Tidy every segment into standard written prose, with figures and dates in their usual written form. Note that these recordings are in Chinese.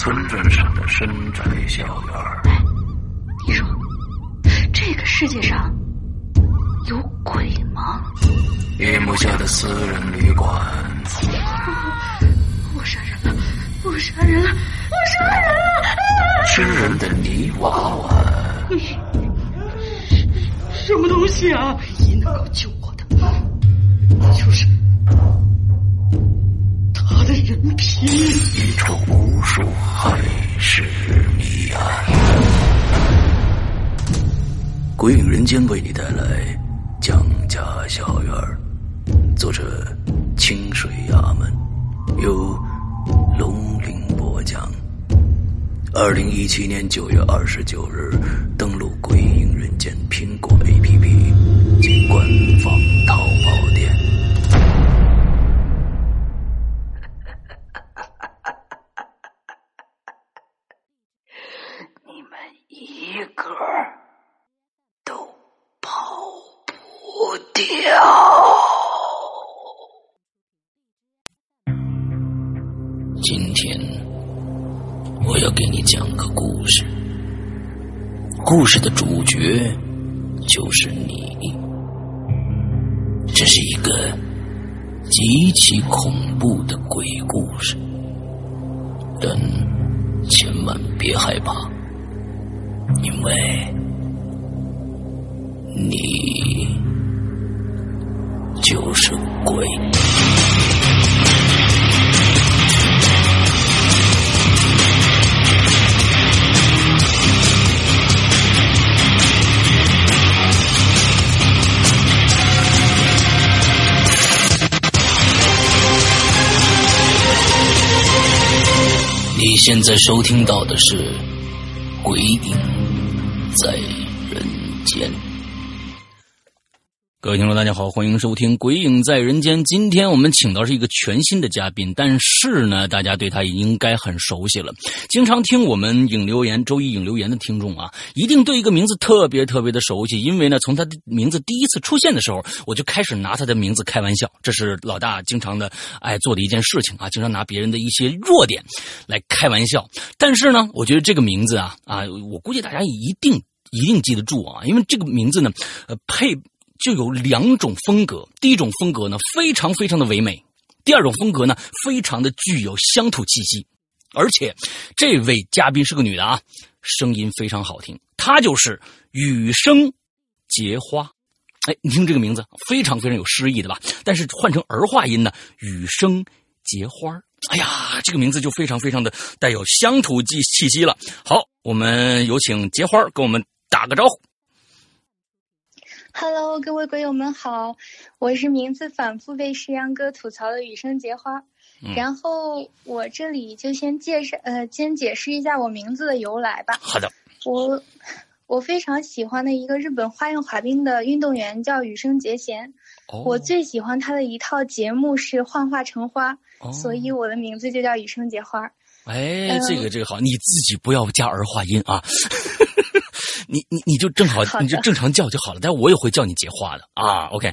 村镇上的深宅小院。 哎，你说这个世界上有鬼吗？ 夜幕下的私人旅馆。 我杀人了！我杀人了！我杀人了！ 吃人的泥娃娃。 什么东西啊？唯一能够救我的，就是他的人皮。 一出无数害世谜案。鬼影人间为你带来蒋家小院，作者清水衙门，由龙鳞播讲。2017年9月29日登录鬼影人间苹果 APP 及官方淘宝店。 你们一个都跑不掉。 今天我要给你讲个故事，故事的主角就是你。这是一个极其恐怖的鬼故事，但千万别害怕，因为你就是鬼。你现在收听到的是《鬼影在人间》。各位听众大家好，欢迎收听《鬼影在人间》。今天我们请到是一个全新的嘉宾，但是呢大家对他应该很熟悉了。经常听我们影留言周一影留言的听众啊，一定对一个名字特别的熟悉，因为呢从他的名字第一次出现的时候，我就开始拿他的名字开玩笑，这是老大经常的爱做的一件事情啊，经常拿别人的一些弱点来开玩笑。但是呢我觉得这个名字啊我估计大家一定记得住啊，因为这个名字呢就有两种风格。第一种风格呢非常的唯美，第二种风格呢非常的具有乡土气息。而且这位嘉宾是个女的啊，声音非常好听，她就是雨声结花。哎，你听这个名字非常有诗意的吧，但是换成儿化音呢，雨声结花，哎呀这个名字就非常的带有乡土气息了。好，我们有请结花跟我们打个招呼。 Hello， 各位鬼友们好，我是名字反复被石阳哥吐槽的雨声结花。然后我这里就先解释一下我名字的由来吧。 好的。 我非常喜欢的一个日本花样滑冰的运动员叫羽生结弦。我最喜欢他的一套节目是幻化成花，所以我的名字就叫羽生结花。 哎，这个好，你自己不要加儿化音啊。你就正好，你就正常叫就好了，但我也会叫你结花的啊。OK。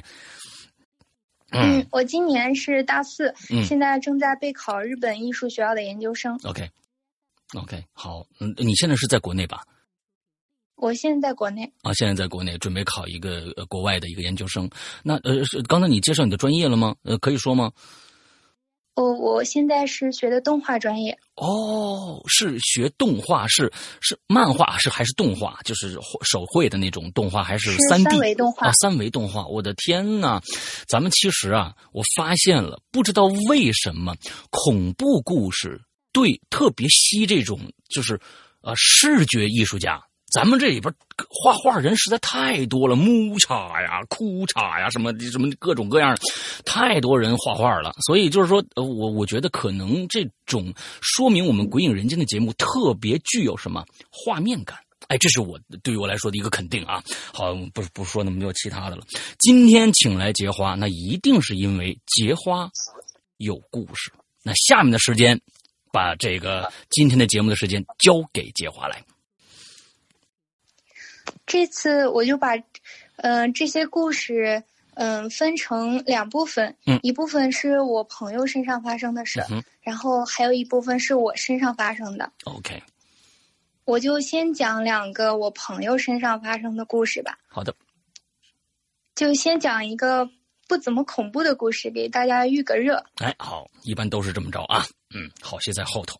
我今年是大4，现在正在备考日本艺术学校的研究生。 OK， 好，你现在是在国内吧？ 我现在在国内啊，现在在国内准备考一个国外的一个研究生。那刚才你介绍你的专业了吗？可以说吗？ 我现在是学的动画专业。 是学动画，是漫画还是动画？就是手绘的那种动画，还是 3D？ 3维动画 3维动画。我的天哪！咱们其实啊，我发现了，不知道为什么恐怖故事特别吸这种就是视觉艺术家。咱们这里边画画人实在太多了，木叉呀、哭叉呀，什么各种各样的，太多人画画了。所以就是说，我觉得可能这种说明我们鬼影人间的节目特别具有什么画面感。哎，这是对于我来说的一个肯定啊。好，不说那么多其他的了。今天请来结花，那一定是因为结花有故事。那下面的时间，把这个今天的节目的时间交给结花来。 这次我就把这些故事分成2部分，一部分是我朋友身上发生的事，然后还有一部分是我身上发生的。 OK， 我就先讲2个我朋友身上发生的故事吧。 好的， 就先讲一个不怎么恐怖的故事，给大家预个热。 哎，好，一般都是这么着啊。好戏在后头。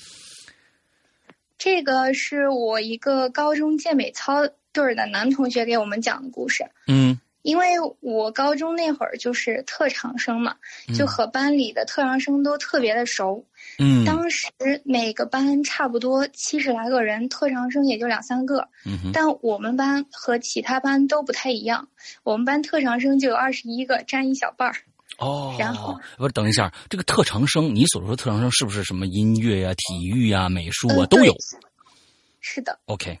这个是我一个高中健美操队的男同学给我们讲的故事。因为我高中那会儿就是特长生嘛，就和班里的特长生都特别的熟。当时每个班差不多70来个人，特长生也就2-3个。但我们班和其他班都不太一样，我们班特长生就有21个，占一小半儿。然后不是，等一下，这个特长生，你所说的特长生是不是什么音乐呀、体育呀、美术啊都有？是的。OK。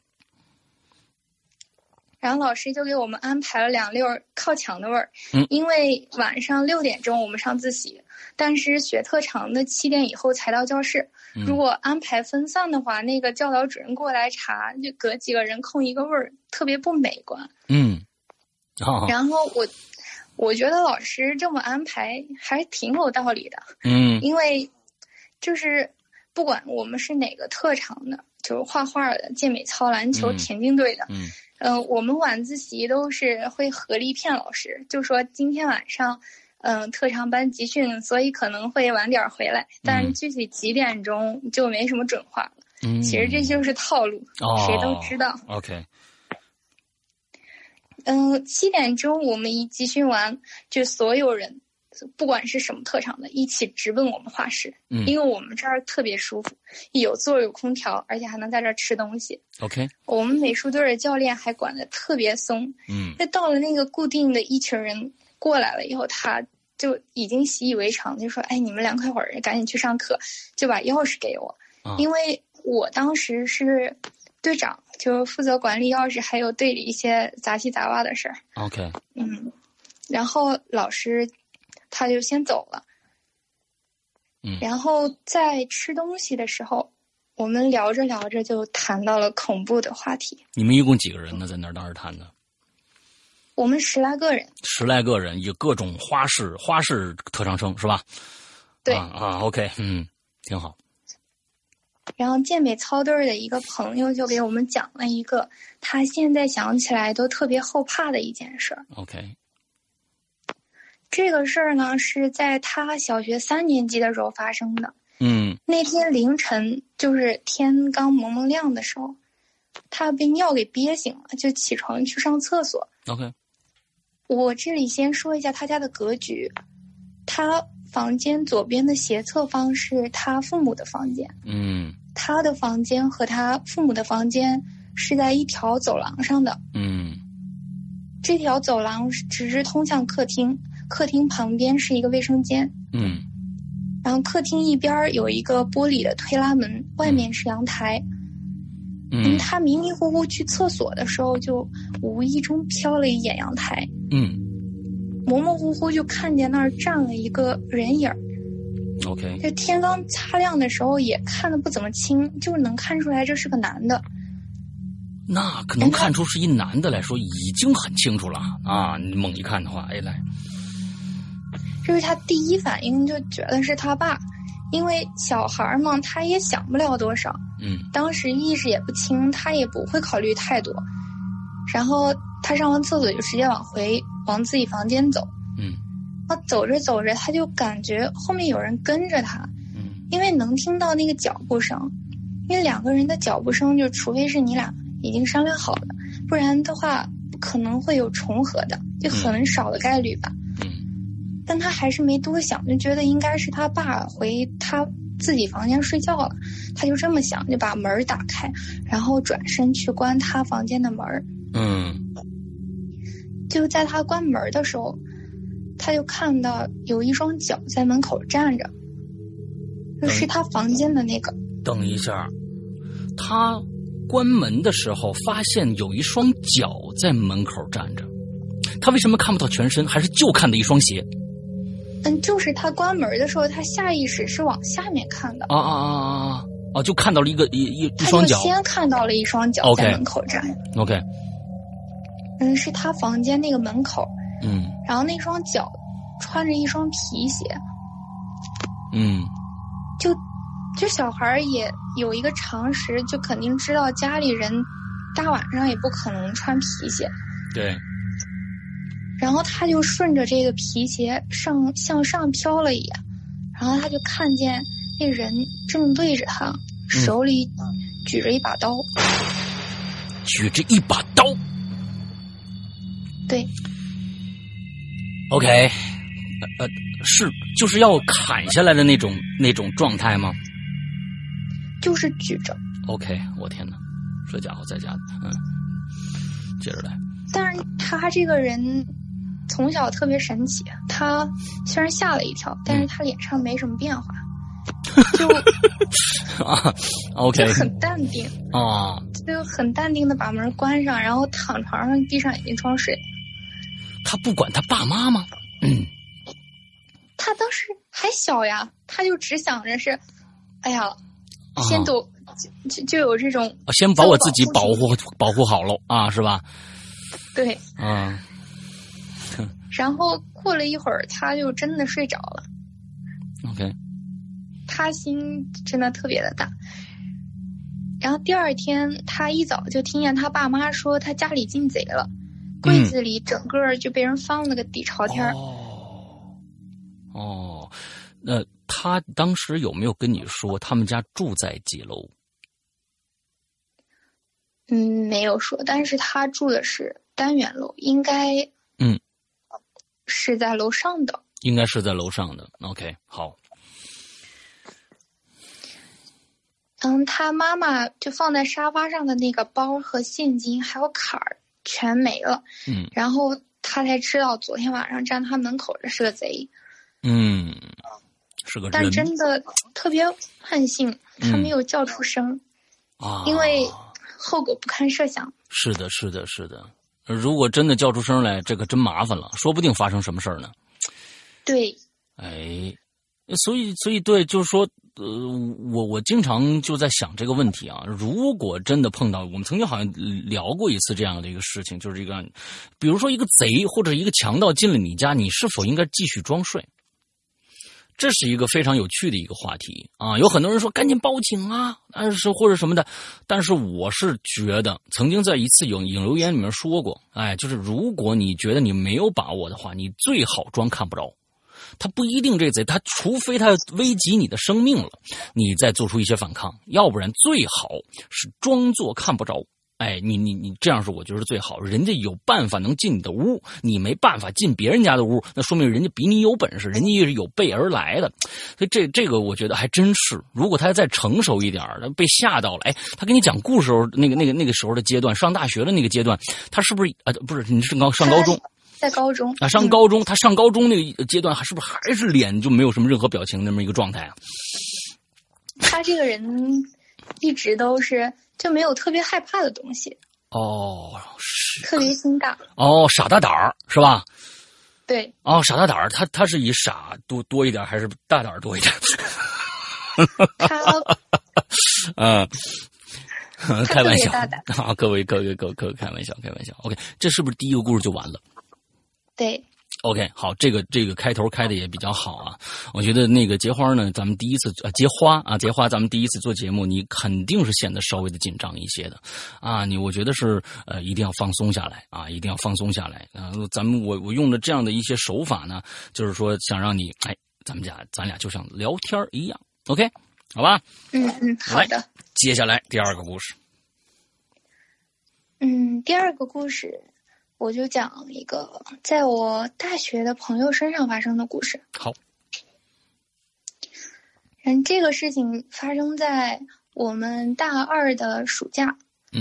然后老师就给我们安排了2溜靠墙的位儿，因为晚上6点钟我们上自习，但是学特长的7点以后才到教室。如果安排分散的话，那个教导主任过来查，就隔几个人空一个位儿，特别不美观。然后我觉得老师这么安排还挺有道理的。因为就是不管我们是哪个特长的，就是画画的、健美操、篮球、田径队的。我们晚自习都是会合力骗老师，就说今天晚上，特长班集训，所以可能会晚点回来，但是具体几点钟就没什么准话了。其实这就是套路，谁都知道。 OK。 7点钟我们一集训完，就所有人，不管是什么特长的，一起直奔我们画室。因为我们这儿特别舒服，有座有空调，而且还能在这儿吃东西。 OK。 我们美术队的教练还管得特别松。那到了那个固定的一群人过来了以后，他就已经习以为常，就说：“哎，你们凉快会儿，赶紧去上课。”就把钥匙给我，因为我当时是队长，就负责管理钥匙，还有队里一些杂七杂八的事儿。 OK。 然后老师他就先走了。然后在吃东西的时候，我们聊着聊着就谈到了恐怖的话题。 你们一共几个人呢？在那儿当时谈的？ 我们10来个人。 10来个人，有各种花式特长生是吧？ 对。 OK， 挺好。 然后健美操队的一个朋友就给我们讲了一个他现在想起来都特别后怕的一件事。 OK。 这个事儿呢是在他小学3年级的时候发生的。那天凌晨，就是天刚蒙蒙亮的时候，他被尿给憋醒了，就起床去上厕所。 OK。 我这里先说一下他家的格局，他房间左边的斜侧方是他父母的房间。他的房间和他父母的房间是在一条走廊上的。这条走廊只是通向客厅，客厅旁边是一个卫生间。然后客厅一边有一个玻璃的推拉门，外面是阳台。他迷迷糊糊去厕所的时候，就无意中瞟了一眼阳台。模模糊糊就看见那儿站了一个人影。 OK。 这天刚擦亮的时候也看得不怎么清，就能看出来这是个男的。 那可能看出是一男的来说已经很清楚了啊！你猛一看的话，来， 这是他第一反应就觉得是他爸，因为小孩嘛，他也想不了多少。当时意识也不清，他也不会考虑太多。然后他上完厕所就直接往自己房间走。走着走着，他就感觉后面有人跟着他。因为能听到那个脚步声，因为2个人的脚步声，就除非是你俩已经商量好了，不然的话可能会有重合的，就很少的概率吧。但他还是没多想，就觉得应该是他爸回他自己房间睡觉了，他就这么想，就把门打开，然后转身去关他房间的门。就在他关门的时候，他就看到有一双脚在门口站着，就是他房间的那个。 等一下，他关门的时候发现有一双脚在门口站着，他为什么看不到全身，还是就看到一双鞋？ 就是他关门的时候，他下意识是往下面看的。 就看到了一双脚。 他就先看到了一双脚在门口站。 OK。 是他房间那个门口。 然后那双脚穿着一双皮鞋。就小孩也有一个常识，就肯定知道家里人大晚上也不可能穿皮鞋。 对。 然后他就顺着这个皮鞋向上飘了一眼，然后他就看见那人正对着他，手里举着一把刀。 举着一把刀。 对。 OK，是就是要砍下来的那种状态吗？ 就是举着。 OK， 我天哪，这家伙在家的，接着来。 但是他这个人从小特别神奇，他虽然吓了一跳，但是他脸上没什么变化，就 OK， 就很淡定啊， 就很淡定的把门关上，然后躺床上，地上已经装水。 他不管他爸妈吗？ 他当时还小呀，他就只想着是，哎呀，先就有这种， 先把我自己保护好了啊，是吧？ 对，然后过了一会儿，他就真的睡着了。 OK， 他心真的特别的大。然后第二天，他一早就听见他爸妈说他家里进贼了，柜子里整个就被人翻了个底朝天。 那他当时有没有跟你说他们家住在几楼？ 没有说，但是他住的是单元楼，应该是在楼上的。 应该是在楼上的。OK， 好。 他妈妈就放在沙发上的那个包和现金还有卡儿全没了。然后他才知道昨天晚上站他门口的是个贼。 是个人。 但真的特别万幸，他没有叫出声，因为后果不堪设想。 是的，是的，是的。如果真的叫出声来，这个真麻烦了，说不定发生什么事儿呢。 对。 所以对，就是说，我经常就在想这个问题啊。如果真的碰到，我们曾经好像聊过一次这样的一个事情，就是比如说一个贼或者一个强盗进了你家，你是否应该继续装睡？这是一个非常有趣的一个话题啊！有很多人说赶紧报警啊，或者什么的，但是我是觉得，曾经在一次引流言里面说过，就是如果你觉得你没有把握的话，你最好装看不着。他不一定这贼，他除非他危及你的生命了，你再做出一些反抗，要不然最好是装作看不着。你这样是我觉得是最好。人家有办法能进你的屋，你没办法进别人家的屋，那说明人家比你有本事，人家也是有备而来的。所以这个我觉得还真是。如果他再成熟一点，被吓到了，他跟你讲故事时候那个时候的阶段，上大学的那个阶段，他是不是不是你是上高中？ 在高中啊，上高中，他上高中那个阶段，是不是还是脸就没有什么任何表情那么一个状态啊？ 他这个人一直都是就没有特别害怕的东西。特别心大。 傻大胆儿是吧？ 对。 傻大胆儿，他是以傻多一点还是大胆儿多一点？开玩笑啊，各位开玩笑。OK， 这是不是第一个故事就完了？ 对。 OK， 好，这个开头开的也比较好啊。我觉得那个结花呢，咱们第一次结花，咱们第一次做节目，你肯定是显得稍微的紧张一些的啊。我觉得是一定要放松下来啊，一定要放松下来啊。我用的这样的一些手法呢，就是说想让你咱俩就像聊天一样 ，OK， 好吧？ 好的。 接下来第二个故事。 第二个故事。我就讲一个在我大学的朋友身上发生的故事。 好。 这个事情发生在我们大二的暑假。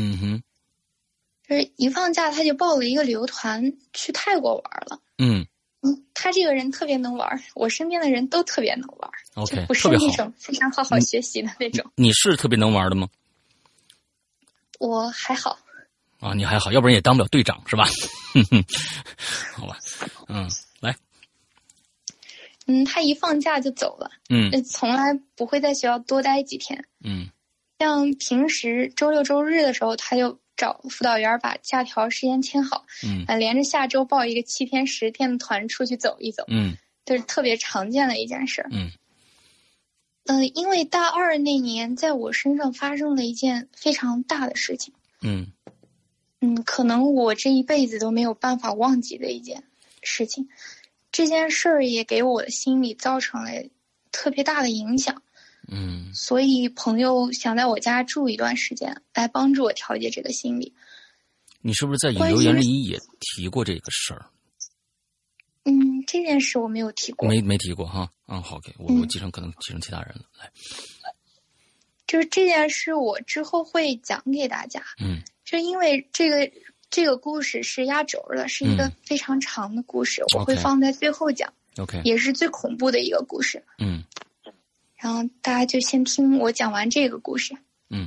就是一放假他就报了一个旅游团去泰国玩了。他这个人特别能玩，我身边的人都特别能玩。 OK， 不是那种非常好学习的那种。 你是特别能玩的吗？ 我还好。 你还好，要不然也当不了队长是吧？好吧，来。 他一放假就走了。从来不会在学校多待几天。像平时周六周日的时候，他就找辅导员把假条时间签好，连着下周报一个7天10天的团出去走一走，这是特别常见的一件事。因为大2那年在我身上发生了一件非常大的事情，可能我这一辈子都没有办法忘记的一件事情。这件事儿也给我的心理造成了特别大的影响，所以朋友想在我家住一段时间，来帮助我调节这个心理。 你是不是在引流言里也提过这个事儿？ 这件事我没有提过， 没提过哈。好，给我可能记成其他人了。来， 就是这件事我之后会讲给大家。就因为这个故事是压轴的，是一个非常长的故事，我会放在最后讲。 OK， 也是最恐怖的一个故事。然后大家就先听我讲完这个故事。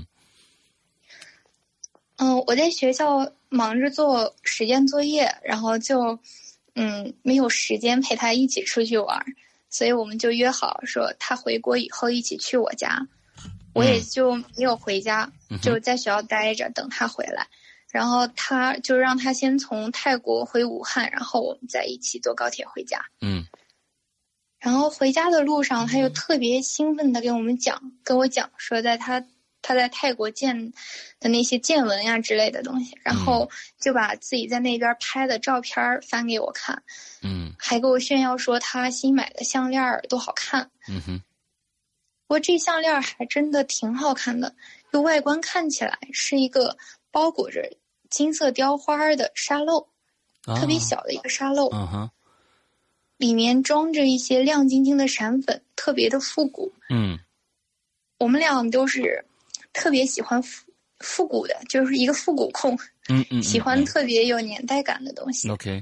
我在学校忙着做实验作业，然后就没有时间陪他一起出去玩，所以我们就约好说他回国以后一起去我家，我也就没有回家，就在学校待着等他回来。然后他就让他先从泰国回武汉，然后我们再一起坐高铁回家。然后回家的路上，他又特别兴奋的跟我讲说，他在泰国见的那些见闻呀之类的东西，然后就把自己在那边拍的照片翻给我看，还给我炫耀说他新买的项链多好看。不过这项链还真的挺好看的，就外观看起来是一个包裹着金色雕花的沙漏，特别小的一个沙漏，里面装着一些亮晶晶的闪粉，特别的复古。我们俩都是特别喜欢复古的，就是一个复古控，喜欢特别有年代感的东西。 OK。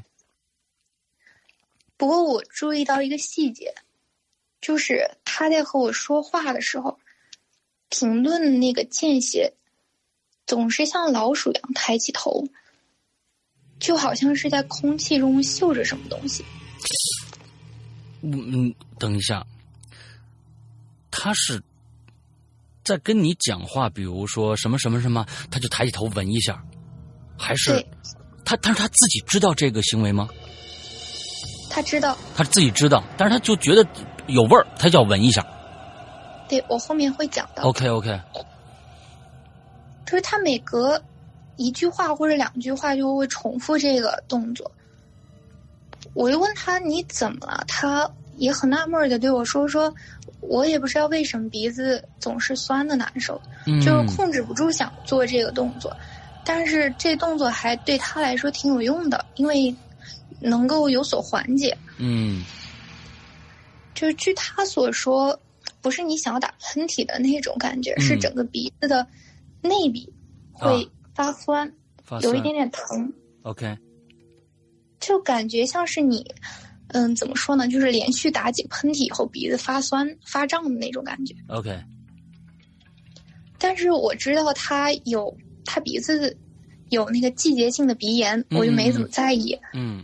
不过我注意到一个细节，就是他在和我说话的时候，评论那个间歇总是像老鼠一样抬起头，就好像是在空气中嗅着什么东西。 等一下，他是在跟你讲话，比如说什么什么什么，他就抬起头闻一下，还是但是他自己知道这个行为吗？ 他知道， 他自己知道，但是他就觉得有味儿，他就要闻一下。 对，我后面会讲到。 OK， 就是他每隔1句话或者2句话就会重复这个动作。我就问他你怎么了，他也很纳闷的对我说我也不知道为什么鼻子总是酸的难受，就是控制不住想做这个动作，但是这动作还对他来说挺有用的，因为能够有所缓解。就是据他所说，不是你想要打喷嚏的那种感觉，是整个鼻子的内壁会发酸，有一点点疼。 OK， 就感觉像是你怎么说呢，就是连续打几喷嚏以后鼻子发酸发胀的那种感觉。 OK， 但是我知道他鼻子有那个季节性的鼻炎，我就没怎么在意。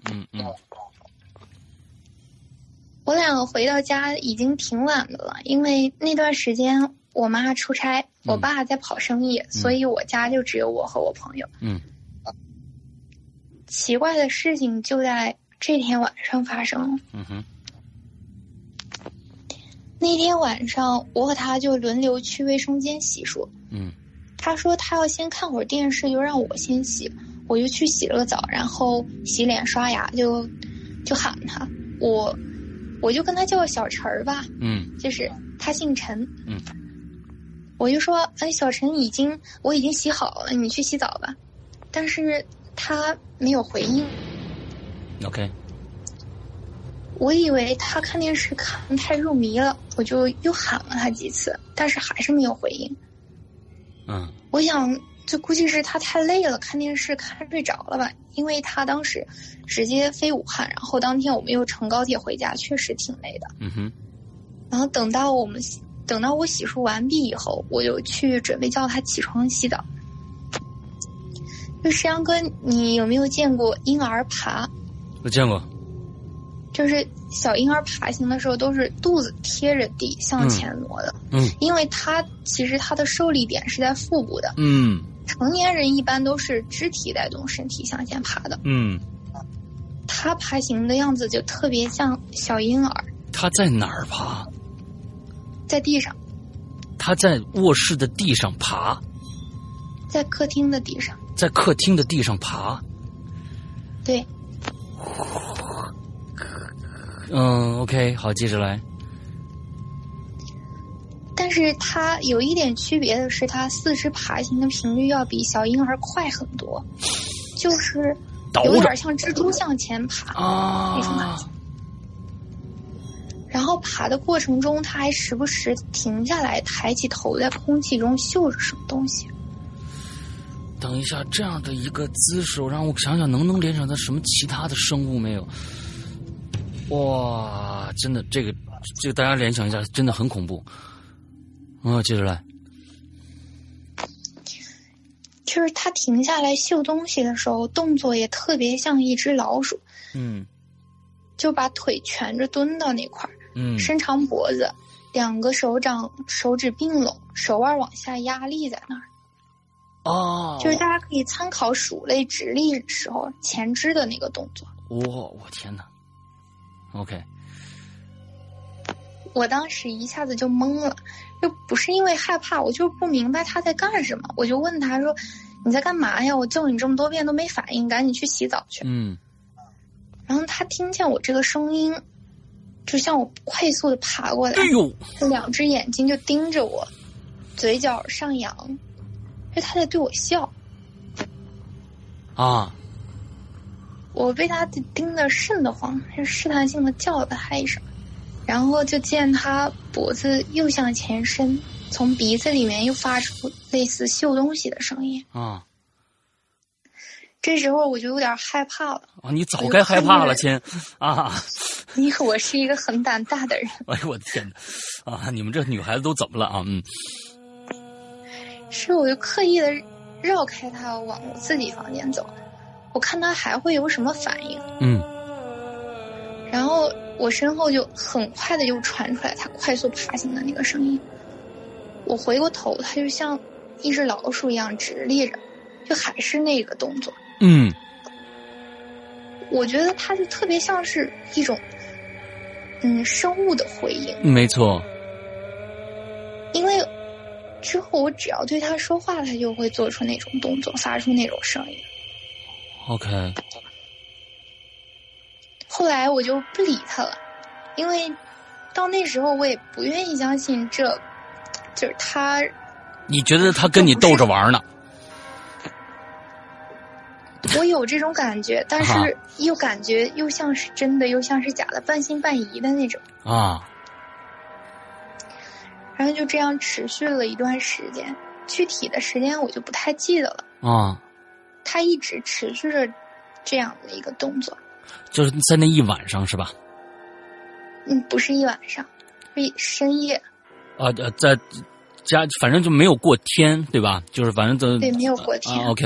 我俩回到家已经挺晚的了，因为那段时间我妈出差，我爸在跑生意，所以我家就只有我和我朋友。奇怪的事情就在这天晚上发生了。那天晚上我和他就轮流去卫生间洗漱。他说他要先看会儿电视，就让我先洗，我就去洗了个澡，然后洗脸刷牙，就喊他，我就跟他叫小陈儿吧。就是他姓陈。我就说小陈我已经洗好了，你去洗澡吧。但是他没有回应。 OK， 我以为他看电视看太入迷了，我就又喊了他几次，但是还是没有回应。我想就估计是他太累了，看电视看睡着了吧，因为他当时直接飞武汉，然后当天我们又乘高铁回家，确实挺累的。然后等到我洗漱完毕以后，我就去准备叫他起床洗澡。就石阳哥，你有没有见过婴儿爬？ 我见过。 就是小婴儿爬行的时候都是肚子贴着地向前挪的。因为其实他的受力点是在腹部的。 成年人一般都是肢体带动身体向前爬的。他爬行的样子就特别像小婴儿。 他在哪儿爬？ 在地上。 他在卧室的地上爬？ 在客厅的地上。 在客厅的地上爬？ 对。 OK， 好，接着来。 但是它有一点区别的是，它四肢爬行的频率要比小婴儿快很多，就是有点像蜘蛛向前爬那种感觉。然后爬的过程中，它还时不时停下来，抬起头，在空气中嗅着什么东西。 等一下，这样的一个姿势，让我想想能不能联想到什么其他的生物没有？哇，真的，这个大家联想一下，真的很恐怖。接着来。 就是他停下来嗅东西的时候，动作也特别像一只老鼠。就把腿蜷着蹲到那块儿，伸长脖子，两个手指并拢，手腕往下压立在那儿。就是大家可以参考鼠类直立时候前肢的那个动作。 我天哪 ！OK， 我当时一下子就懵了，又不是因为害怕，我就不明白他在干什么，我就问他说：“你在干嘛呀？我叫你这么多遍都没反应，赶紧去洗澡去。”然后他听见我这个声音，就向我快速的爬过来，就两只眼睛就盯着我，嘴角上扬，就他在对我笑。我被他盯得瘆得慌，就试探性的叫了他一声，然后就见他脖子又向前伸，从鼻子里面又发出类似嗅东西的声音。这时候我就有点害怕了。 你早该害怕了，亲因为我是一个很胆大的人。 哎呦我的天哪！你们这女孩子都怎么了啊？ 是，我就刻意的绕开他，往我自己房间走。我看他还会有什么反应。然后我身后就很快的就传出来他快速爬行的那个声音。我回过头，他就像一只老鼠一样直立着，就还是那个动作。我觉得它就特别像是一种生物的回应。 没错。 因为之后我只要对他说话，他就会做出那种动作，发出那种声音。 OK。 后来我就不理他了，因为到那时候我也不愿意相信就是他。 你觉得他跟你逗着玩呢？ 我有这种感觉，但是又感觉又像是真的，又像是假的，半信半疑的那种。然后就这样持续了一段时间，具体的时间我就不太记得了。他一直持续着这样的一个动作。 就是在那一晚上是吧？ 不是一晚上，是深夜。 在家反正就没有过天，对吧？就是反正对，没有过天。 OK。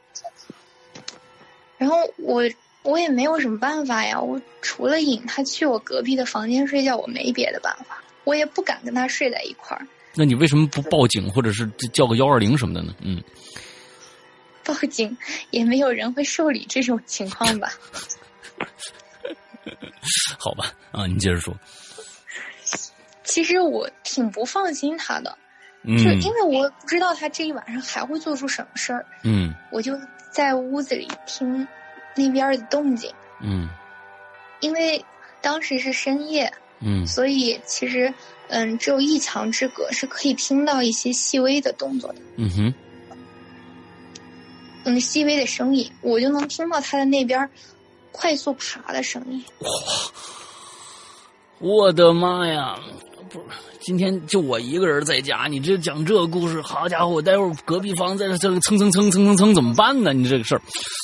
然后我也没有什么办法呀，我除了引他去我隔壁的房间睡觉，我没别的办法，我也不敢跟他睡在一块儿。 那你为什么不报警，或者是叫个120什么的呢？ 报警也没有人会受理这种情况吧。 好吧，你接着说。 其实我挺不放心他的，就因为我不知道他这一晚上还会做出什么事儿。我就在屋子里听那边的动静。因为当时是深夜，所以其实只有一墙之隔，是可以听到一些细微的动作的。细微的声音，我就能听到他的那边快速爬的声音。 我的妈呀！不是，今天就我一个人在家，你这讲这个故事，好家伙，我待会儿隔壁房在这蹭怎么办呢？你这个事儿，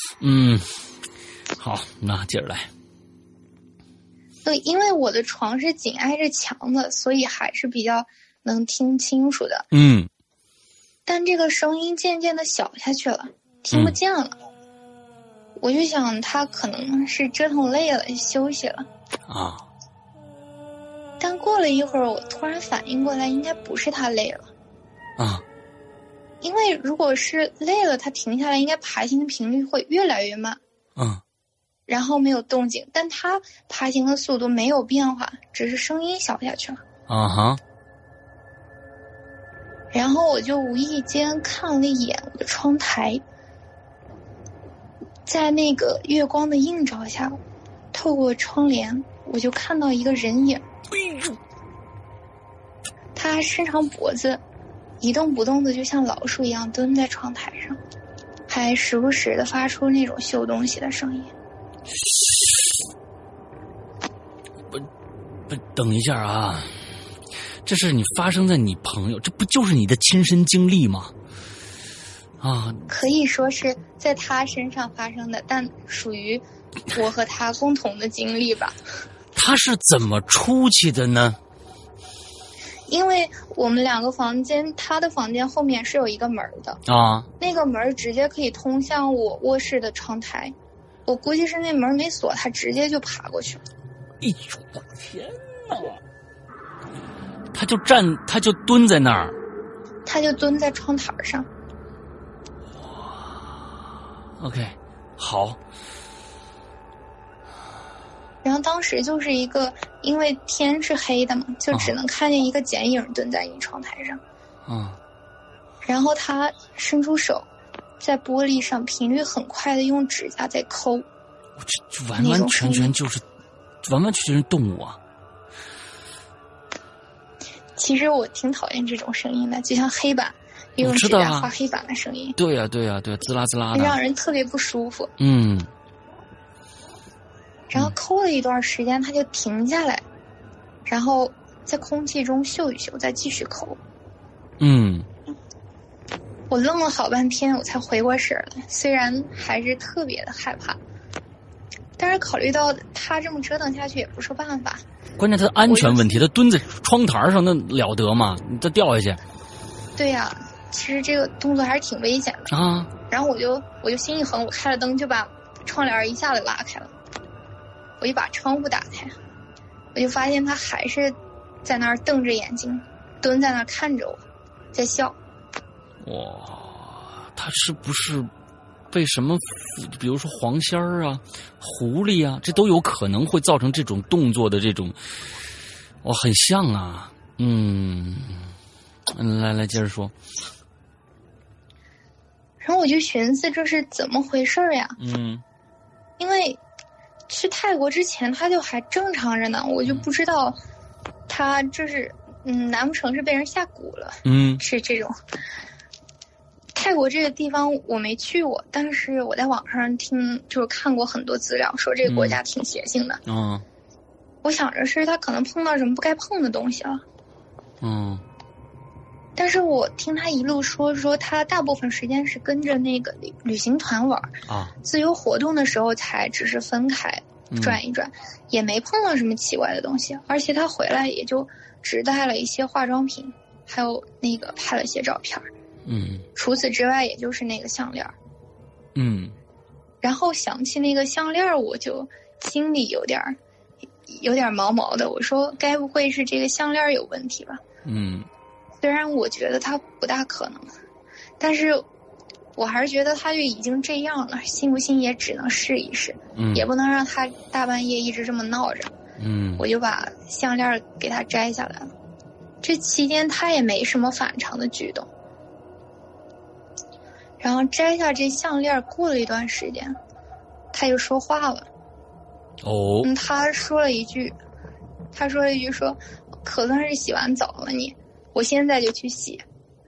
好，那接着来。 对，因为我的床是紧挨着墙的，所以还是比较能听清楚的。但这个声音渐渐的小下去了，听不见了。我就想他可能是折腾累了，休息了。但过了一会儿，我突然反应过来，应该不是他累了。 因为如果是累了，它停下来，应该爬行的频率会越来越慢。然后没有动静，但它爬行的速度没有变化，只是声音小下去了。然后我就无意间看了一眼我的窗台，在那个月光的映照下，透过窗帘，我就看到一个人影。他伸长脖子，一动不动的，就像老鼠一样蹲在窗台上，还时不时的发出那种嗅东西的声音。 不，等一下啊！这是你发生在你朋友，这不就是你的亲身经历吗？ 可以说是在他身上发生的，但属于我和他共同的经历吧。 他是怎么出去的呢？ 因为我们两个房间，他的房间后面是有一个门的那个门直接可以通向我卧室的窗台。我估计是那门没锁，他直接就爬过去了。 哎呦，天哪！他就蹲在那儿， 他就蹲在窗台上。 OK， 好。 然后当时就是一个，因为天是黑的嘛，就只能看见一个剪影蹲在你窗台上。然后他伸出手，在玻璃上频率很快的用指甲在抠。 这完完全全就是动物啊！ 其实我挺讨厌这种声音的，就像黑板用指甲画黑板的声音。 对呀，滋啦滋啦的， 让人特别不舒服。然后抠了一段时间，他就停下来，然后在空气中嗅一嗅，再继续抠。我愣了好半天，我才回过神来，虽然还是特别的害怕，但是考虑到他这么折腾下去也不是办法。 关键他的安全问题，他蹲在窗台上那了得吗？他掉下去。 对呀，其实这个动作还是挺危险的啊。 然后我就心一横，我开了灯就把窗帘一下子拉开了，我就把窗户打开，我就发现他还是在那儿瞪着眼睛，蹲在那儿看着我，在笑。 哇，他是不是被什么，比如说黄仙儿啊、狐狸啊，这都有可能会造成这种动作的这种，很像啊。来接着说。 然后我就寻思这是怎么回事呀？因为去泰国之前他就还正常着呢，我就不知道他这是难不成是被人下蛊了？是这种。泰国这个地方我没去过，但是我在网上就是看过很多资料，说这个国家挺邪性的。我想着是他可能碰到什么不该碰的东西了。但是我听他一路说他大部分时间是跟着那个旅行团玩自由活动的时候才只是分开转一转，也没碰到什么奇怪的东西，而且他回来也就只带了一些化妆品，还有那个拍了些照片。除此之外也就是那个项链。然后想起那个项链，我就心里有点毛毛的，我说该不会是这个项链有问题吧？虽然我觉得它不大可能，但是我还是觉得他就已经这样了，信不信也只能试一试，也不能让他大半夜一直这么闹着。我就把项链给他摘下来了。这期间他也没什么反常的举动。然后摘下这项链，过了一段时间，他就说话了。他说了一句说，可算是洗完澡了你，我现在就去洗。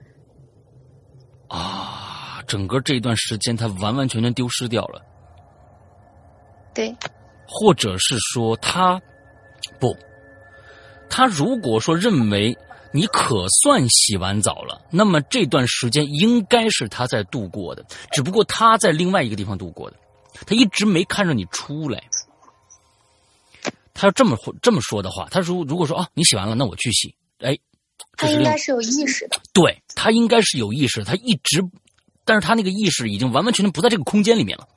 整个这段时间他完完全全丢失掉了。 对。 或者是说他如果说认为你可算洗完澡了，那么这段时间应该是他在度过的，只不过他在另外一个地方度过的，他一直没看着你出来。他要这么说的话，他如果说你洗完了，那我去洗， 他应该是有意识的。 对，他应该是有意识，他一直，但是他那个意识已经完完全全不在这个空间里面了。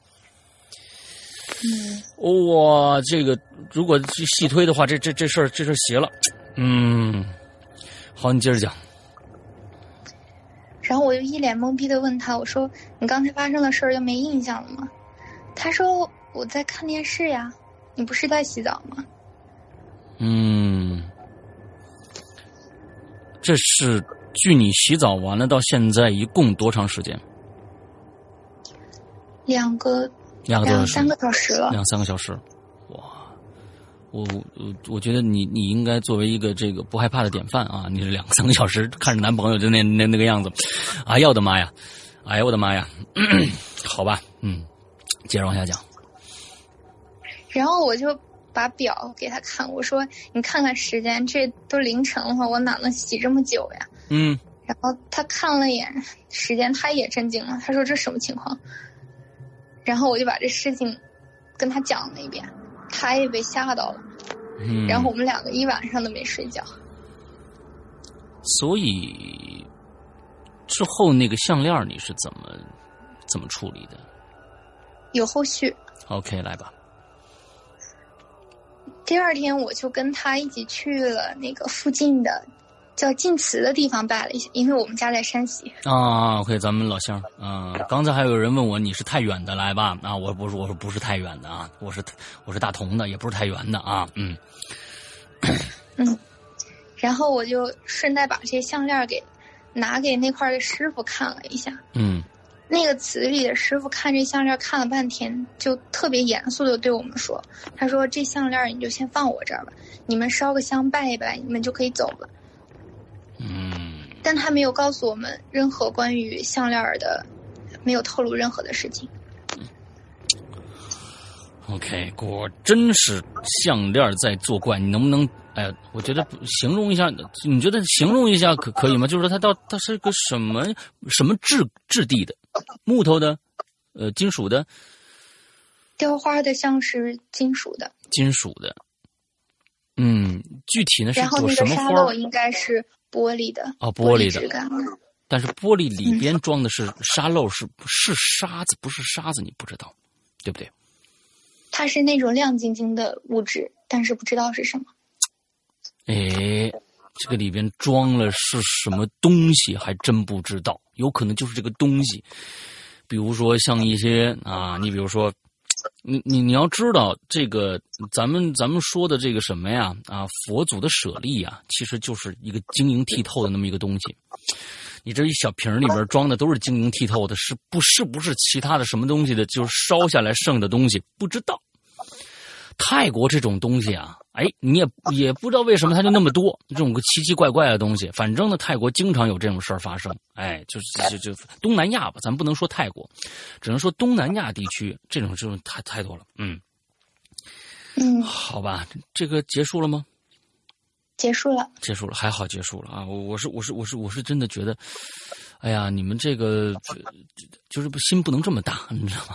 哇，这个如果细推的话，这事儿邪了。好，你接着讲。 然后我就一脸懵逼的问他，我说你刚才发生的事儿就没印象了吗？他说我在看电视呀，你不是在洗澡吗？ 这是距你洗澡完了到现在一共多长时间？2个多 3个小时了。 2-3个小时，哇！我觉得你应该作为一个这个不害怕的典范啊！你是2-3个小时看着男朋友就那个样子，哎呀我的妈呀，哎呀我的妈呀！好吧，接着往下讲。 然后我就把表给他看，我说你看看时间，这都凌晨了，我哪能洗这么久呀？然后他看了眼时间，他也震惊了，他说这什么情况？然后我就把这事情跟他讲了一遍，他也被吓到了。然后我们2个一晚上都没睡觉。 所以之后那个项链你是怎么处理的？ 有后续。 OK， 来吧。 第二天我就跟他一起去了那个附近的叫晋祠的地方拜了一下，因为我们家在山西。OK， 咱们老乡刚才还有人问我你是太原的，来吧我说不是太原的啊，我是大同的，也不是太原的啊。 然后我就顺带把这些项链拿给那块的师傅看了一下。那个祠里的师傅看这项链看了半天，就特别严肃的对我们说，他说这项链你就先放我这儿吧，你们烧个香拜一拜，你们就可以走了。但他没有告诉我们任何关于项链的，没有透露任何的事情。 OK， 果真是项链在作怪。你能不能我觉得形容一下，你觉得形容一下可以吗？就是说它是个什么质地的？木头的，金属的， 雕花的像是金属的。 具体呢是然后那个沙漏应该是玻璃的。 玻璃质感的。 但是玻璃里边装的是沙漏，是沙子不是沙子，你不知道，对不对？ 它是那种亮晶晶的物质，但是不知道是什么。 这个里边装了是什么东西还真不知道，有可能就是这个东西。比如说像一些你比如说你要知道这个咱们说的这个什么呀佛祖的舍利啊，其实就是一个晶莹剔透的那么一个东西。你这一小瓶里边装的都是晶莹剔透的，是不是其他的什么东西的，就是烧下来剩的东西，不知道。泰国这种东西啊，你也不知道为什么它就那么多这种奇奇怪怪的东西。反正呢，泰国经常有这种事儿发生。就东南亚吧，咱不能说泰国，只能说东南亚地区这种太多了。好吧，这个结束了吗？ 结束了， 还好结束了啊！我是真的觉得，哎呀，你们这个就是心不能这么大，你知道吗？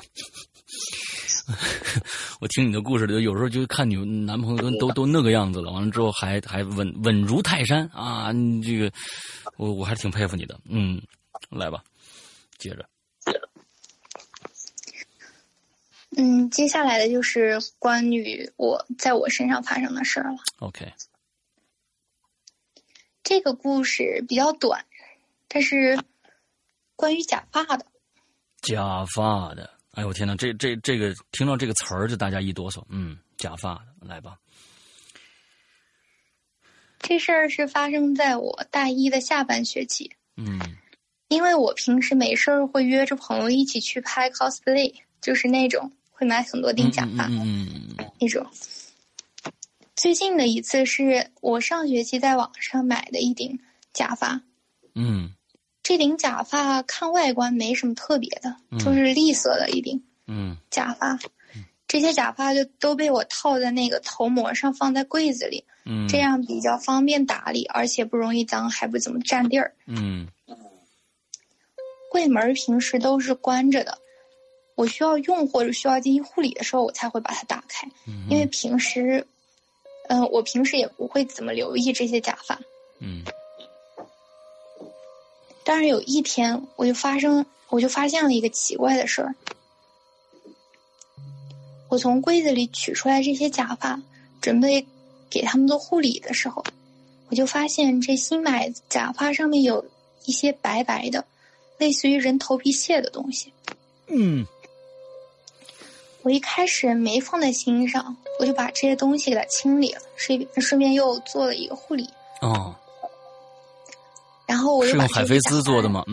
我听你的故事里，有时候就看你男朋友都那个样子了，完了之后还稳如泰山啊！你这个，我还是挺佩服你的。来吧，接着。 接下来的就是关于在我身上发生的事儿了。 OK。 这个故事比较短，但是关于假发的。假发的， 哎呦我天哪，这个听到这个词儿就大家一哆嗦。假发的，来吧。 这事儿是发生在我大一的下半学期。因为我平时没事儿会约着朋友一起去拍 cosplay， 就是那种会买很多顶假发那种。最近的一次是我上学期在网上买的一顶假发。这顶假发看外观没什么特别的，就是栗色的一顶假发。这些假发就都被我套在那个头膜上，放在柜子里，这样比较方便打理，而且不容易脏，还不怎么占地儿。柜门平时都是关着的，我需要用或者需要进行护理的时候，我才会把它打开。因为我平时也不会怎么留意这些假发。但是有一天我就发现了一个奇怪的事儿。我从柜子里取出来这些假发，准备给他们做护理的时候，我就发现这新买假发上面有一些白白的类似于人头皮屑的东西。我一开始没放在心上，我就把这些东西给它清理了，顺便又做了一个护理。 哦， 然后我就是用海飞丝做的吗？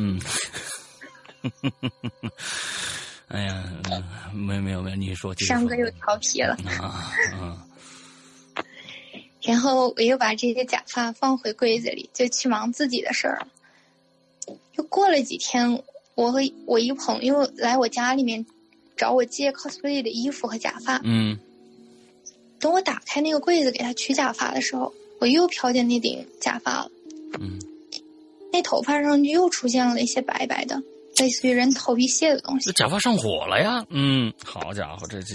哎呀，没有，你说上哥又调皮了。然后我又把这些假发放回柜子里，就去忙自己的事儿了。又过了几天，我和我一个朋友来我家里面找我借 cosplay 的衣服和假发。等我打开那个柜子给他取假发的时候，我又瞟见那顶假发了。那头发上又出现了一些白白的类似于人头皮屑的东西。 这假发上火了呀！好家伙，这，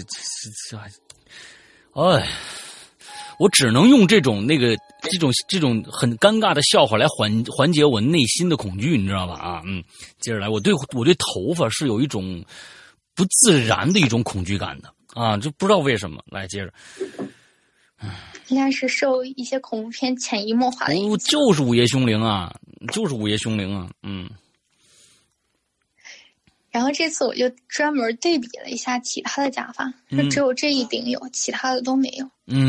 哎，我只能用这种很尴尬的笑话来缓解我内心的恐惧，你知道吧？接着来，我对头发是有一种不自然的一种恐惧感的啊，就不知道为什么。来，接着。 应该是受一些恐怖片潜移默化的影响。 就是午夜凶铃啊， 然后这次我就专门对比了一下其他的假发，就只有这一顶有，其他的都没有。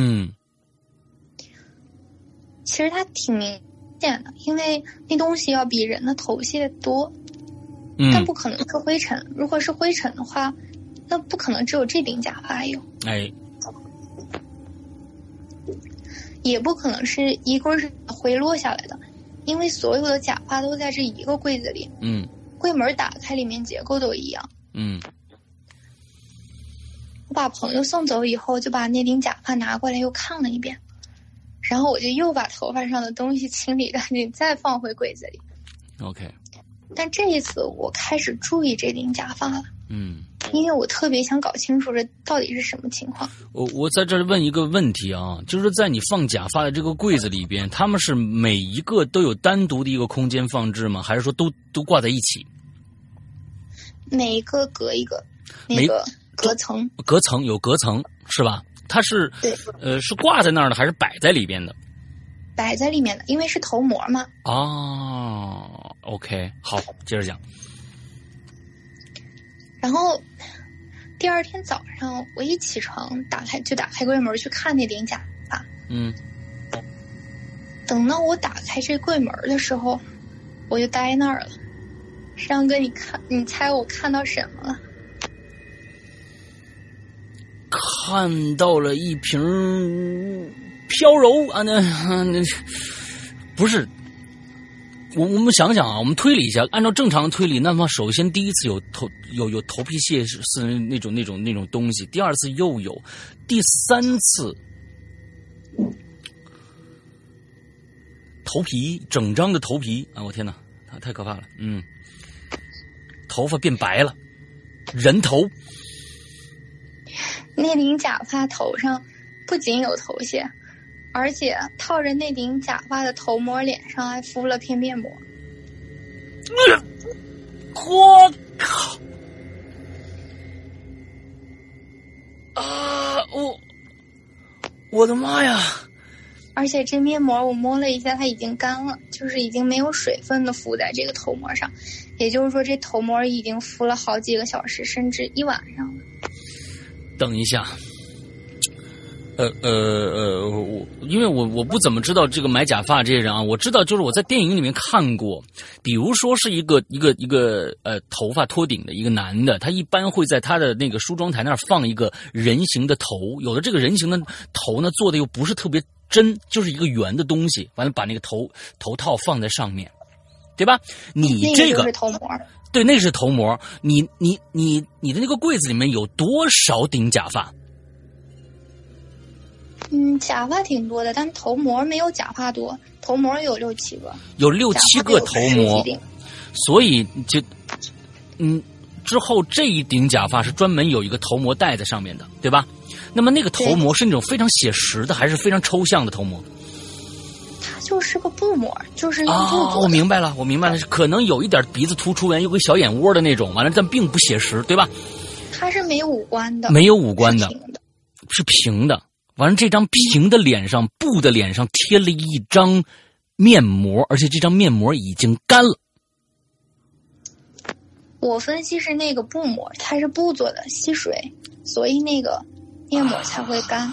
其实它挺明显的，因为那东西要比人的头屑多，但不可能是灰尘。如果是灰尘的话，那不可能只有这顶假发有。也不可能是一根是回落下来的，因为所有的假发都在这一个柜子里。柜门打开，里面结构都一样。我把朋友送走以后，就把那顶假发拿过来又看了一遍，然后我就又把头发上的东西清理干净，再放回柜子里。 OK。 但这一次我开始注意这顶假发了。因为我特别想搞清楚这到底是什么情况。 我在这儿问一个问题啊，就是在你放假发的这个柜子里边，他们是每一个都有单独的一个空间放置吗？还是说都挂在一起？ 每一个隔一个，那个隔层有隔层是吧？它是对， 是挂在那儿的还是摆在里边的？ 摆在里面的，因为是头膜嘛。 OK， 好，接着讲。 然后第二天早上我一起床打开柜门去看那顶假发。等到我打开这柜门的时候，我就呆那儿了。山哥，你猜我看到什么了？ 看到了一瓶飘柔啊，那不是。我们想想啊，我们推理一下，按照正常的推理，那么首先第一次有头皮屑是那种东西，第二次又有，第三次头皮整张的头皮啊，我天哪，太可怕了。头发变白了，人头。 那顶假发头上不仅有头屑，而且套着那顶假发的头膜脸上还敷了片面膜。 我靠！啊，我的妈呀！ 而且这面膜我摸了一下，它已经干了，就是已经没有水分的敷在这个头膜上，也就是说这头膜已经敷了好几个小时，甚至一晚上了。 等一下。因为我不怎么知道这个买假发这些人啊，我知道就是我在电影里面看过，比如说是一个头发托顶的一个男的，他一般会在他的那个梳妆台那儿放一个人形的头，有的这个人形的头呢做的又不是特别真，就是一个圆的东西，完了把那个头套放在上面，对吧？你这个就是头膜。 对，那是头膜。你的那个柜子里面有多少顶假发？ 假发挺多的，但头膜没有假发多，头膜有6、7个， 有6、7个头膜，所以就之后这一顶假发是专门有一个头膜戴在上面的，对吧？那么那个头膜是那种非常写实的，还是非常抽象的头膜？ 它就是个布膜，就是用布做的。 我明白了，可能有一点鼻子突出，有个小眼窝的那种，完了但并不写实，对吧？ 它是没有五官的， 没有五官的，是平的。完了，这张平的脸上，布的脸上贴了一张面膜，而且这张面膜已经干了。 我分析是那个布膜，它是布做的，吸水，所以那个面膜才会干。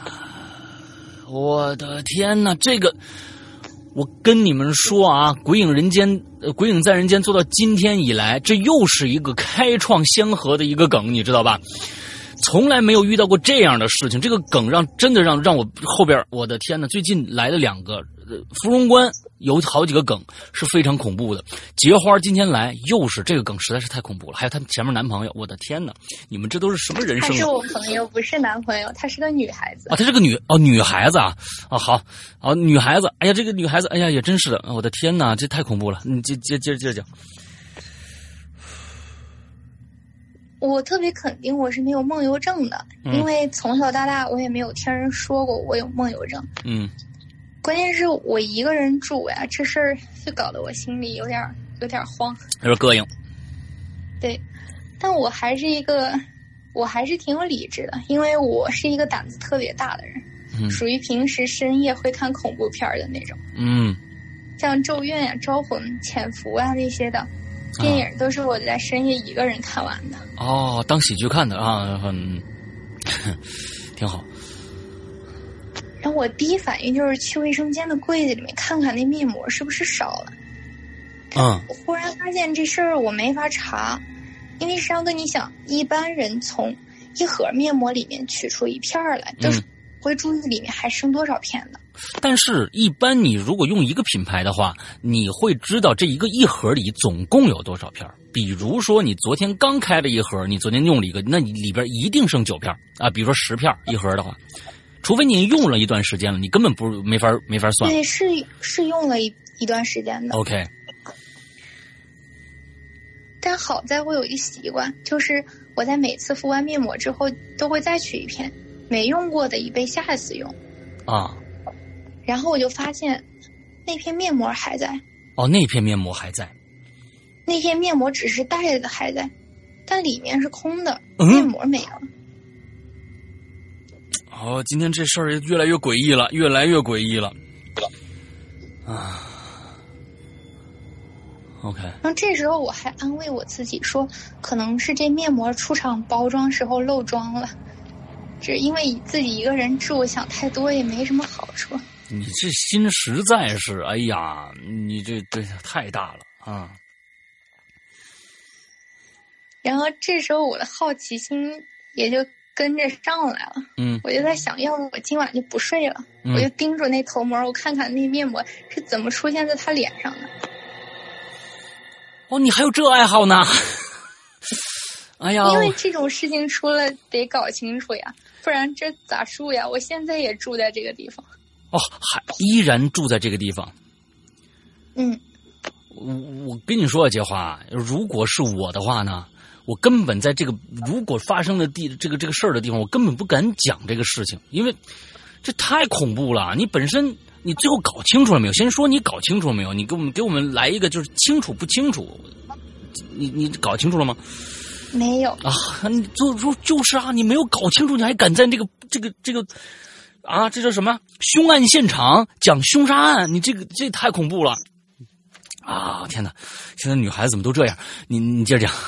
我的天哪，这个我跟你们说啊，鬼影在人间做到今天以来，这又是一个开创先河的一个梗，你知道吧？从来没有遇到过这样的事情，这个梗真的让我后边，我的天哪！最近来了2个，芙蓉关有好几个梗是非常恐怖的。结花今天来又是这个梗，实在是太恐怖了。还有她前面男朋友，我的天哪！你们这都是什么人生？ 她是我朋友，不是男朋友，她是个女孩子啊，她是个女孩子啊好女孩子，哎呀，这个女孩子，哎呀也真是的，我的天哪，这太恐怖了！你接着讲。 我特别肯定我是没有梦游症的，因为从小到大我也没有听人说过我有梦游症。关键是我一个人住呀，这事儿就搞得我心里有点慌， 有点膈应。 对，但我还是挺有理智的，因为我是一个胆子特别大的人，属于平时深夜会看恐怖片的那种。像咒怨呀、招魂、潜伏啊那些的电影都是我在深夜一个人看完的。 哦，当喜剧看的啊，挺好。 然后我第一反应就是去卫生间的柜子里面看看那面膜是不是少了。我忽然发现这事儿我没法查，因为上哥你想，一般人从一盒面膜里面取出一片来，都是会注意里面还剩多少片的。 但是一般你如果用一个品牌的话，你会知道这一盒里总共有多少片。比如说你昨天刚开了一盒，你昨天用了一个，那你里边一定剩9片啊。比如说10片一盒的话，除非你用了一段时间了，你根本没法算。 对，是用了一段时间的。 OK。 但好在我有一个习惯，就是我在每次敷完面膜之后都会再取一片，没用过的一备下一次用。然后我就发现那片面膜还在。 那片面膜还在。 那片面膜只是袋子还在，但里面是空的，面膜没了。 今天这事儿越来越诡异了，越来越诡异了。OK。 然后这时候我还安慰我自己说，可能是这面膜出厂包装时候漏装了，只因为自己一个人住，想太多也没什么好处。 你这心实在是，哎呀，你这太大了啊！ 然后这时候我的好奇心也就跟着上来了。我就在想，要不我今晚就不睡了，我就盯住那头膜，我看看那面膜是怎么出现在他脸上的。 你还有这爱好呢？哎呀， 因为这种事情出了得搞清楚呀，不然这咋住呀？我现在也住在这个地方。 还依然住在这个地方。我跟你说啊，杰华，如果是我的话呢，我根本在这个如果发生的这个事儿的地方，我根本不敢讲这个事情，因为这太恐怖了。你本身你最后搞清楚了没有？先说你搞清楚了没有？你给我们来一个就是清楚不清楚？你搞清楚了吗？ 没有啊，你就是啊，你没有搞清楚，你还敢在这个啊，这叫什么？凶案现场讲凶杀案，你这太恐怖了啊！天哪，现在女孩子怎么都这样？你接着讲。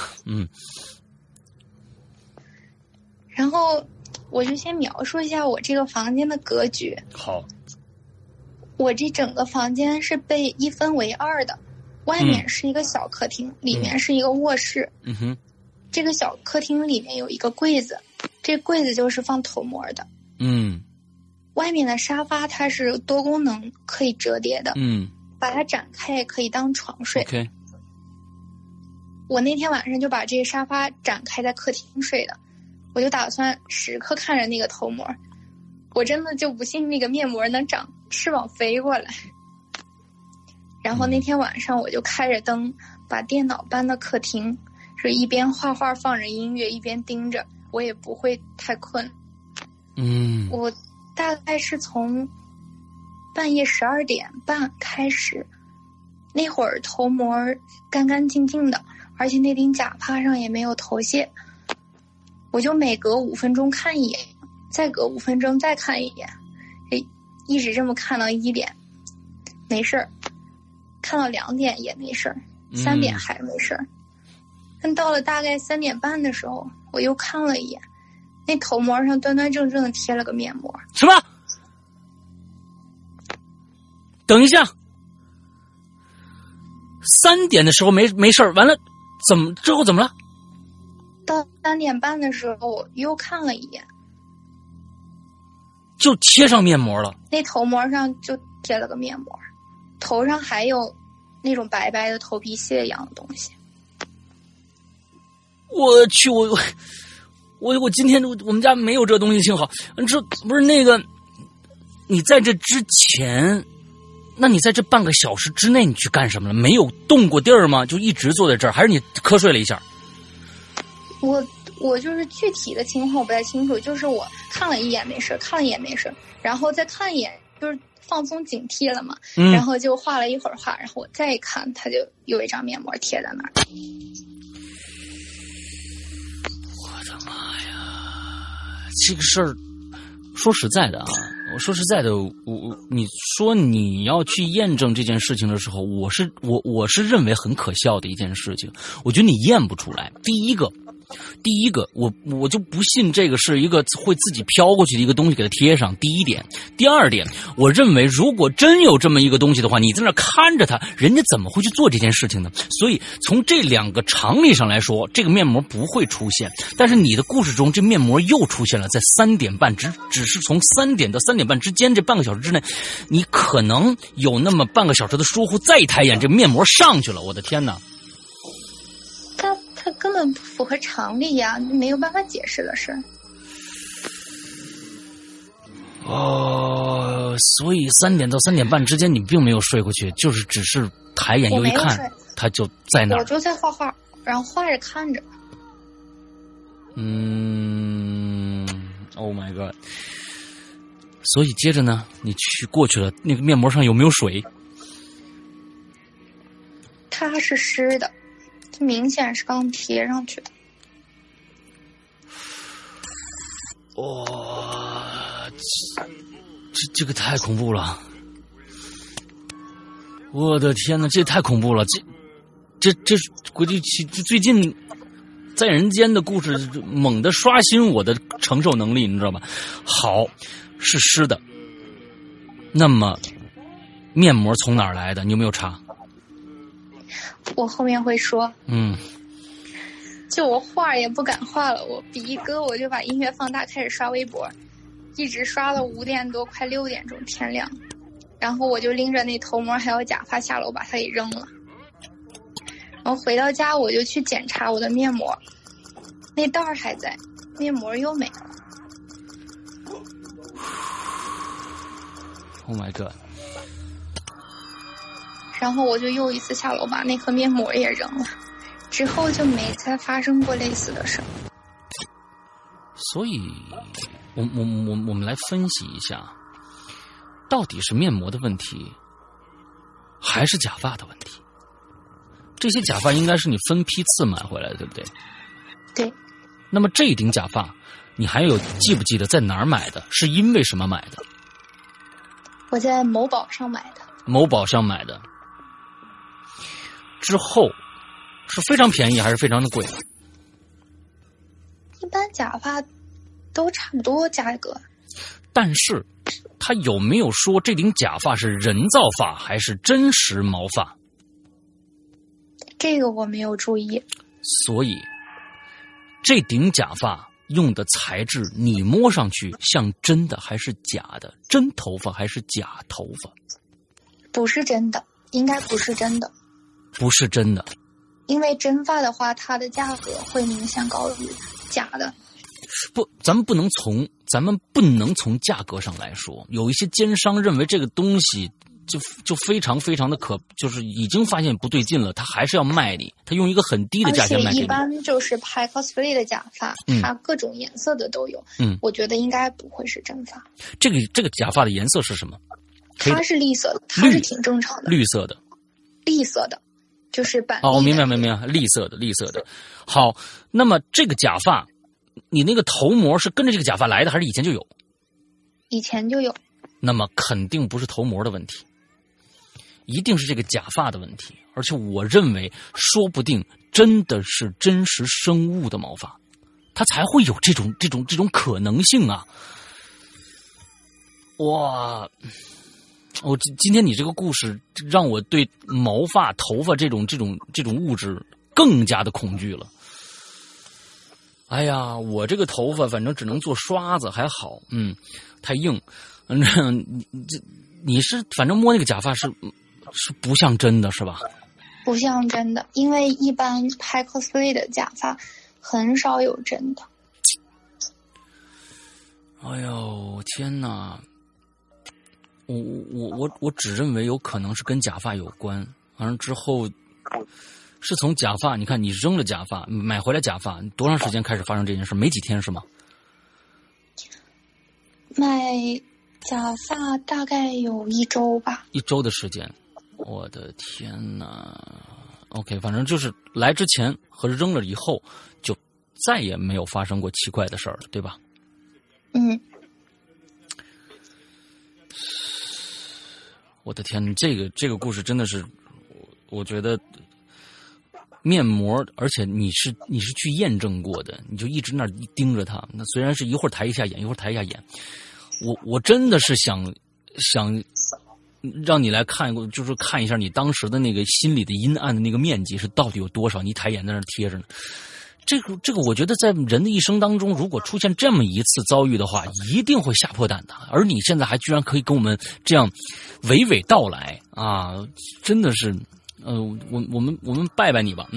然后我就先描述一下我这个房间的格局。 好， 我这整个房间是被一分为2的，外面是一个小客厅，里面是一个卧室。这个小客厅里面有一个柜子，这柜子就是放头膜的。外面的沙发它是多功能，可以折叠的。把它展开也可以当床睡。 OK。 我那天晚上就把这个沙发展开在客厅睡的，我就打算时刻看着那个头膜，我真的就不信那个面膜能长翅膀飞过来。然后那天晚上我就开着灯，把电脑搬到客厅，是一边画画放着音乐，一边盯着，我也不会太困。我大概是从半夜12点半开始，那会儿头膜干干净净的，而且那顶假发上也没有头屑，我就每隔5分钟看一眼，再隔5分钟再看一眼，一直这么看到1点没事儿，看到2点也没事儿，3点还没事儿。 但到了大概3点半的时候，我又看了一眼，那头膜上端端正正的贴了个面膜。 什么？等一下，3点的时候没事儿，完了之后怎么了？ 到3点半的时候，我又看了一眼， 就贴上面膜了。那头膜上就贴了个面膜，头上还有那种白白的头皮屑一样的东西。 我去，我今天我们家没有这东西，幸好。这不是那个，你在这之前，那你在这半个小时之内你去干什么了？没有动过地儿吗？就一直坐在这儿，还是你瞌睡了一下？ 我就是具体的情况我不太清楚，就是我看了一眼没事，看了一眼没事，然后再看一眼就是放松警惕了嘛，然后就画了一会儿画，然后我再一看，它就有一张面膜贴在那儿。 我的妈呀，这个事儿，说实在的啊，我说实在的，你说你要去验证这件事情的时候，我是认为很可笑的一件事情，我觉得你验不出来。第一个，我就不信这个是一个会自己飘过去的一个东西给它贴上。第一点，第二点，我认为如果真有这么一个东西的话，你在那看着它，人家怎么会去做这件事情呢？所以从这2个常理上来说，这个面膜不会出现。但是你的故事中，这面膜又出现了，在3点半只是从3点到3点半之间这半个小时之内，你可能有那么半个小时的疏忽，再一抬眼，这面膜上去了。我的天哪！ 它根本不符合常理呀，没有办法解释的事。 所以3点到3点半之间你并没有睡过去，就是只是抬眼又一看，它就在那儿。 我就在画画，然后画着看着。 Oh my god！ 所以接着呢，你过去了，那个面膜上有没有水？ 它是湿的。明显是刚贴上去的。 这个太恐怖了！我的天哪，这太恐怖了！这估计最近在人间的故事猛地刷新我的承受能力，你知道吧？好，是湿的。那么面膜从哪儿来的？你有没有查？ 我后面会说。就我画也不敢画了，我笔一搁我就把音乐放大开始刷微博，一直刷到5点多快6点钟天亮，然后我就拎着那头膜还有假发下楼把它给扔了。然后回到家我就去检查我的面膜，那袋儿还在，面膜又没了。 Oh my god！ 然后我就又一次下楼把那颗面膜也扔了，之后就没再发生过类似的事。 所以我们来分析一下，到底是面膜的问题还是假发的问题？这些假发应该是你分批次买回来的，对不对？ 对。 那么这一顶假发你还记不记得在哪儿买的？是因为什么买的？ 我在某宝上买的。 某宝上买的之后是非常便宜还是非常的贵？ 一般假发都差不多价格。 但是他有没有说这顶假发是人造发还是真实毛发？ 这个我没有注意。 所以这顶假发用的材质你摸上去像真的还是假的？真头发还是假头发？ 不是真的，应该不是真的。 不是真的。 因为真发的话它的价格会明显高于假的。 不，咱们不能从价格上来说，有一些奸商认为这个东西就非常非常的就是已经发现不对劲了，他还是要卖你，他用一个很低的价钱卖给你。 而且一般就是拍 cosplay 的假发，它各种颜色的都有。我觉得应该不会是真发。 这个假发的颜色是什么？ 它是绿色的，它是挺正常的。 绿色的。 绿色的。就是板哦，明白，绿色的。好，那么这个假发，你那个头膜是跟着这个假发来的，还是以前就有？以前就有。那么肯定不是头膜的问题， 一定是这个假发的问题，而且我认为说不定真的是真实生物的毛发，它才会有这种可能性啊！哇，今天你这个故事让我对毛发、头发这种物质更加的恐惧了。哎呀，我这个头发反正只能做刷子，还好，太硬。你是反正摸那个假发是不像真的是吧？ 不像真的，因为一般拍 cosplay 的假发很少有真的。 哎呦天哪！我只认为有可能是跟假发有关，完了之后是从假发，你看你扔了假发，买回来假发，多长时间开始发生这件事？没几天是吗？ 买假发大概有1周吧。1 周的时间，我的天哪 ！OK， 反正就是来之前和扔了以后，就再也没有发生过奇怪的事儿了，对吧？我的天，这个故事真的是，我觉得面膜，而且你是去验证过的，你就一直那儿盯着它。那虽然是一会儿抬一下眼，一会儿抬一下眼，我真的是想让你来看，就是看一下你当时的那个心里的阴暗的那个面积是到底有多少。你抬眼在那儿贴着呢。这个，我觉得在人的一生当中，如果出现这么一次遭遇的话，一定会吓破胆的。而你现在还居然可以跟我们这样娓娓道来啊，真的是，我们拜拜你吧，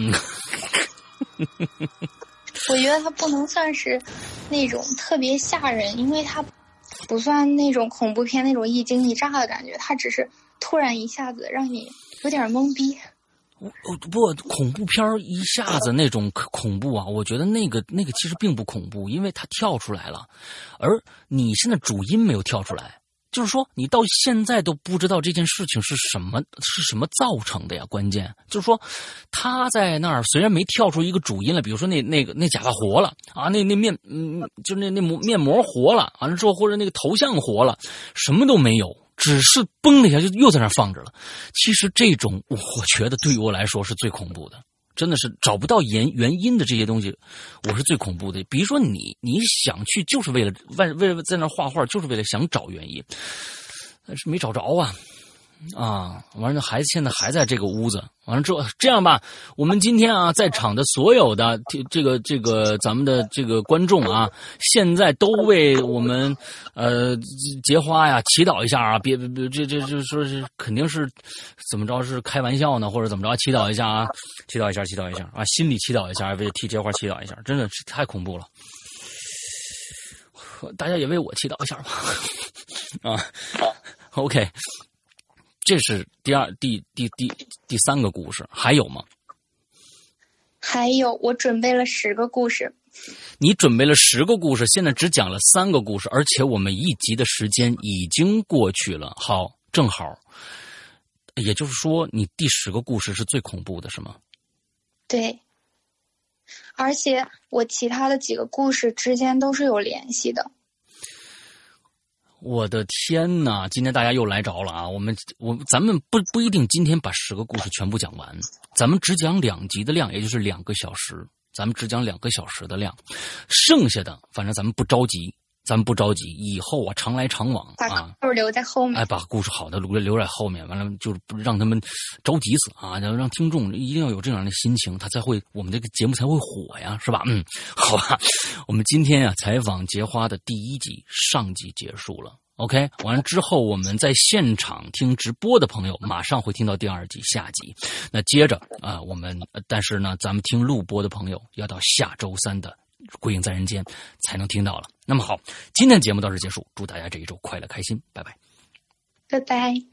我觉得它不能算是那种特别吓人，因为它不算那种恐怖片那种一惊一乍的感觉，它只是突然一下子让你有点懵逼。 不，恐怖片一下子那种恐怖啊，我觉得那个其实并不恐怖，因为它跳出来了，而你现在主因没有跳出来，就是说你到现在都不知道这件事情是什么造成的呀。关键就是说他在那儿虽然没跳出一个主因来，比如说那假发活了啊，那面就那面膜活了，完了之后或者那个头像活了，什么都没有。只是嘣的一下就又在那儿放着了。其实这种我觉得对于我来说是最恐怖的，真的是找不到原因的这些东西，我是最恐怖的。比如说你想去就是为了在那儿画画，就是为了想找原因，但是没找着啊！完了，孩子现在还在这个屋子。完了之后，这样吧，我们今天啊，在场的所有的这个咱们的这个观众啊，现在都为我们结花呀祈祷一下啊！别这说是肯定是怎么着是开玩笑呢，或者怎么着祈祷一下啊，祈祷一下啊，心里祈祷一下，为替结花祈祷一下，真的是太恐怖了。大家也为我祈祷一下吧。啊 ，OK。这是第3个故事，还有吗？ 还有，我准备了10个故事。 你准备了10个故事，现在只讲了3个故事，而且我们一集的时间已经过去了。好，正好，也就是说，你第10个故事是最恐怖的，是吗？ 对，而且我其他的几个故事之间都是有联系的。 我的天哪！今天大家又来着了啊！咱们不一定今天把10个故事全部讲完，咱们只讲2集的量，也就是2个小时，咱们只讲2个小时的量，剩下的反正咱们不着急，以后啊常来常往啊， 把故事留在后面。 哎，把故事好的留在后面，完了就是让他们着急死啊，让听众一定要有这样的心情，他才会我们这个节目才会火呀，是吧？好吧，我们今天啊采访结花的第1集上集结束了。OK， 完了之后，我们在现场听直播的朋友马上会听到第2集下集。那接着啊，但是呢，咱们听录播的朋友要到下周3的《归隐在人间》才能听到了。那么好，今天的节目到这结束，祝大家这一周快乐开心，拜拜， 拜拜。